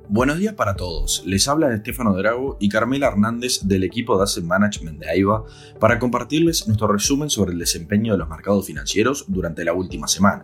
Buenos días para todos, les habla Stefano Drago y Carmela Hernández del equipo de Asset Management de AIBA para compartirles nuestro resumen sobre el desempeño de los mercados financieros durante la última semana.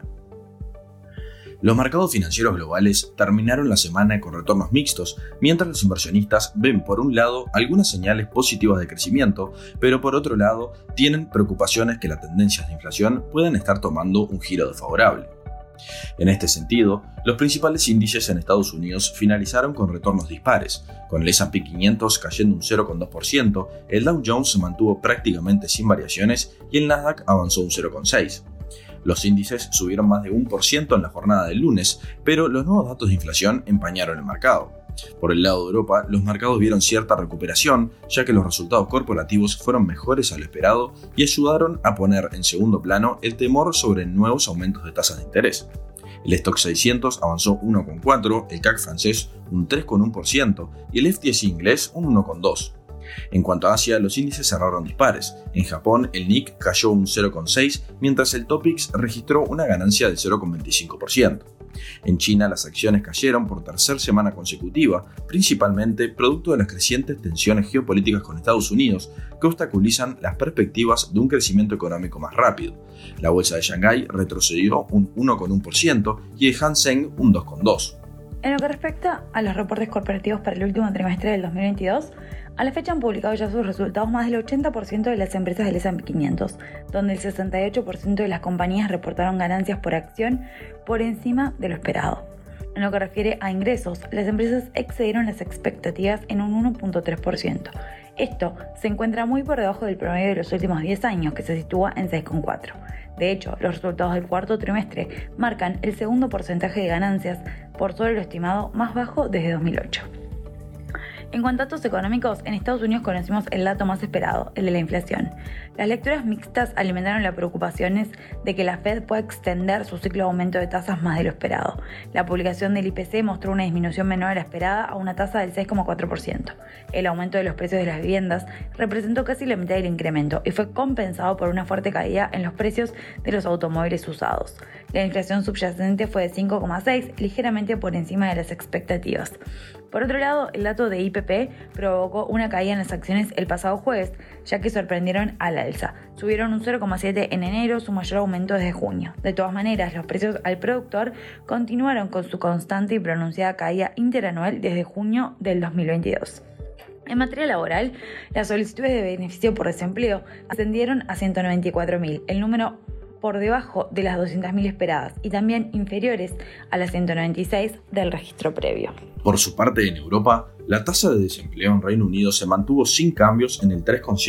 Los mercados financieros globales terminaron la semana con retornos mixtos, mientras los inversionistas ven por un lado algunas señales positivas de crecimiento, pero por otro lado tienen preocupaciones que las tendencias de inflación puedan estar tomando un giro desfavorable. En este sentido, los principales índices en Estados Unidos finalizaron con retornos dispares, con el S&P 500 cayendo un 0,2%, el Dow Jones se mantuvo prácticamente sin variaciones y el Nasdaq avanzó un 0,6%. Los índices subieron más de 1% en la jornada del lunes, pero los nuevos datos de inflación empañaron el mercado. Por el lado de Europa, los mercados vieron cierta recuperación, ya que los resultados corporativos fueron mejores a lo esperado y ayudaron a poner en segundo plano el temor sobre nuevos aumentos de tasas de interés. El Stoxx 600 avanzó 1,4%, el CAC francés un 3,1% y el FTSE inglés un 1,2%. En cuanto a Asia, los índices cerraron dispares. En Japón, el Nikkei cayó un 0,6%, mientras el Topix registró una ganancia del 0,25%. En China, las acciones cayeron por tercera semana consecutiva, principalmente producto de las crecientes tensiones geopolíticas con Estados Unidos, que obstaculizan las perspectivas de un crecimiento económico más rápido. La bolsa de Shanghái retrocedió un 1,1% y el Hang Seng un 2,2%. En lo que respecta a los reportes corporativos para el último trimestre del 2022, a la fecha han publicado ya sus resultados más del 80% de las empresas del S&P 500, donde el 68% de las compañías reportaron ganancias por acción por encima de lo esperado. En lo que refiere a ingresos, las empresas excedieron las expectativas en un 1,3%. Esto se encuentra muy por debajo del promedio de los últimos 10 años, que se sitúa en 6,4%. De hecho, los resultados del cuarto trimestre marcan el segundo porcentaje de ganancias por sobre lo estimado más bajo desde 2008. En cuanto a datos económicos, en Estados Unidos conocimos el dato más esperado, el de la inflación. Las lecturas mixtas alimentaron las preocupaciones de que la Fed pueda extender su ciclo de aumento de tasas más de lo esperado. La publicación del IPC mostró una disminución menor a la esperada a una tasa del 6,4%. El aumento de los precios de las viviendas representó casi la mitad del incremento y fue compensado por una fuerte caída en los precios de los automóviles usados. La inflación subyacente fue de 5,6%, ligeramente por encima de las expectativas. Por otro lado, el dato de IPP provocó una caída en las acciones el pasado jueves, ya que sorprendieron al alza. Subieron un 0,7% en enero, su mayor aumento desde junio. De todas maneras, los precios al productor continuaron con su constante y pronunciada caída interanual desde junio del 2022. En materia laboral, las solicitudes de beneficio por desempleo ascendieron a 194.000, el número por debajo de las 200.000 esperadas y también inferiores a las 196 del registro previo. Por su parte, en Europa, la tasa de desempleo en Reino Unido se mantuvo sin cambios en el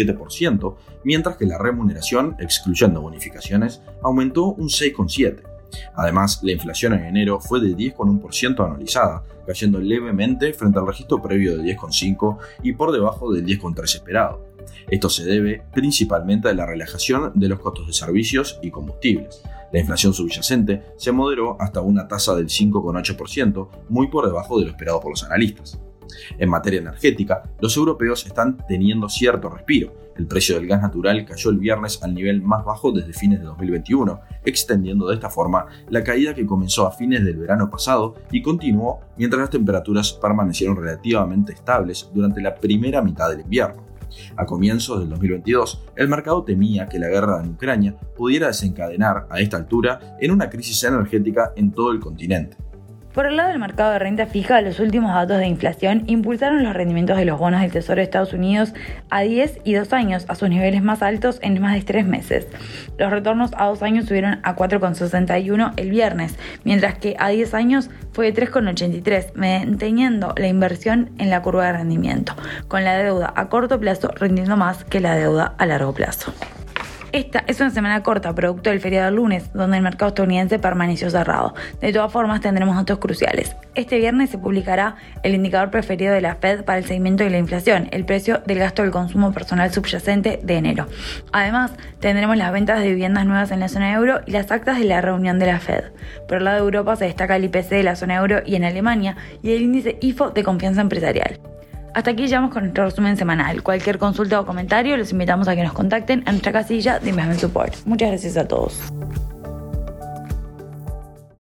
3,7%, mientras que la remuneración, excluyendo bonificaciones, aumentó un 6,7%. Además, la inflación en enero fue de 10,1% anualizada, cayendo levemente frente al registro previo de 10,5% y por debajo del 10,3% esperado. Esto se debe principalmente a la relajación de los costos de servicios y combustibles. La inflación subyacente se moderó hasta una tasa del 5,8%, muy por debajo de lo esperado por los analistas. En materia energética, los europeos están teniendo cierto respiro. El precio del gas natural cayó el viernes al nivel más bajo desde fines de 2021, extendiendo de esta forma la caída que comenzó a fines del verano pasado y continuó mientras las temperaturas permanecieron relativamente estables durante la primera mitad del invierno. A comienzos del 2022, el mercado temía que la guerra en Ucrania pudiera desencadenar a esta altura en una crisis energética en todo el continente. Por el lado del mercado de renta fija, los últimos datos de inflación impulsaron los rendimientos de los bonos del Tesoro de Estados Unidos a 10 y 2 años a sus niveles más altos en más de 3 meses. Los retornos a 2 años subieron a 4,61 el viernes, mientras que a 10 años fue de 3,83, manteniendo la inversión en la curva de rendimiento, con la deuda a corto plazo rindiendo más que la deuda a largo plazo. Esta es una semana corta, producto del feriado del lunes, donde el mercado estadounidense permaneció cerrado. De todas formas, tendremos datos cruciales. Este viernes se publicará el indicador preferido de la Fed para el seguimiento de la inflación, el precio del gasto del consumo personal subyacente de enero. Además, tendremos las ventas de viviendas nuevas en la zona euro y las actas de la reunión de la Fed. Por el lado de Europa se destaca el IPC de la zona euro y en Alemania y el índice IFO de confianza empresarial. Hasta aquí llegamos con nuestro resumen semanal. Cualquier consulta o comentario los invitamos a que nos contacten en nuestra casilla de Investment Support. Muchas gracias a todos.